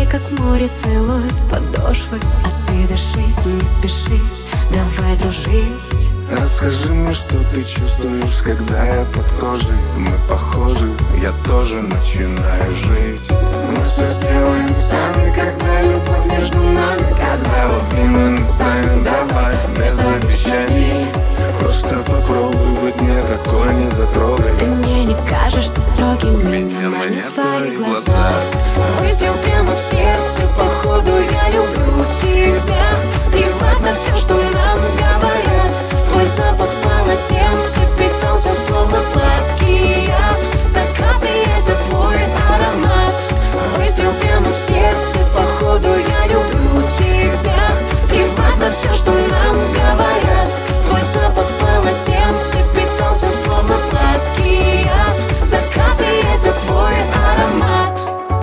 как море целует подошвы, а ты дыши, не спеши, давай дружить. Расскажи мне, что ты чувствуешь, когда я под кожей. Мы похожи, я тоже начинаю жить. Мы все сделаем сами, когда любовь между нами, когда лавинами станем, давай без обещаний. Просто попробуй быть мне такой недотрогой. Ты мне не кажешься строгим, Меня манят твои глаза. Выстрел прямо в сердце, походу я люблю тебя. Плевать на все, что нам говорят. Твой запах в полотенце впитался, словно сладкий яд. Закаты — это твой аромат. Выстрел прямо в сердце, походу я люблю тебя. Плевать на все, что нам говорят. Твой запах в полотенце впитался, словно сладкий яд. Закаты — это твой аромат.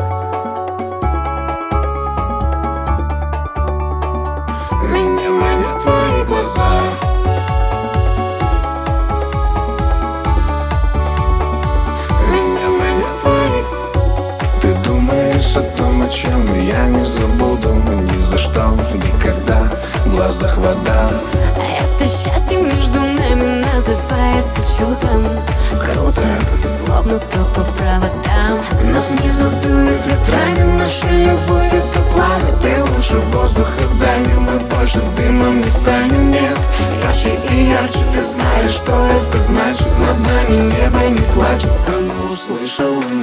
Меня манят твои глаза. Меня манят твои. Ты думаешь о том, о чем я не забуду ни за что, никогда. В глазах вода. Это счастье между нами называется чудом. Круто, Словно то по проводам. Нас снизу дует ветрами, наша любовь — это пламя. ты лучше воздуха дай мне, мы больше дымом не станем, нет. Ярче и ярче, ты знаешь, что это значит. Над нами небо не плачет, оно услышало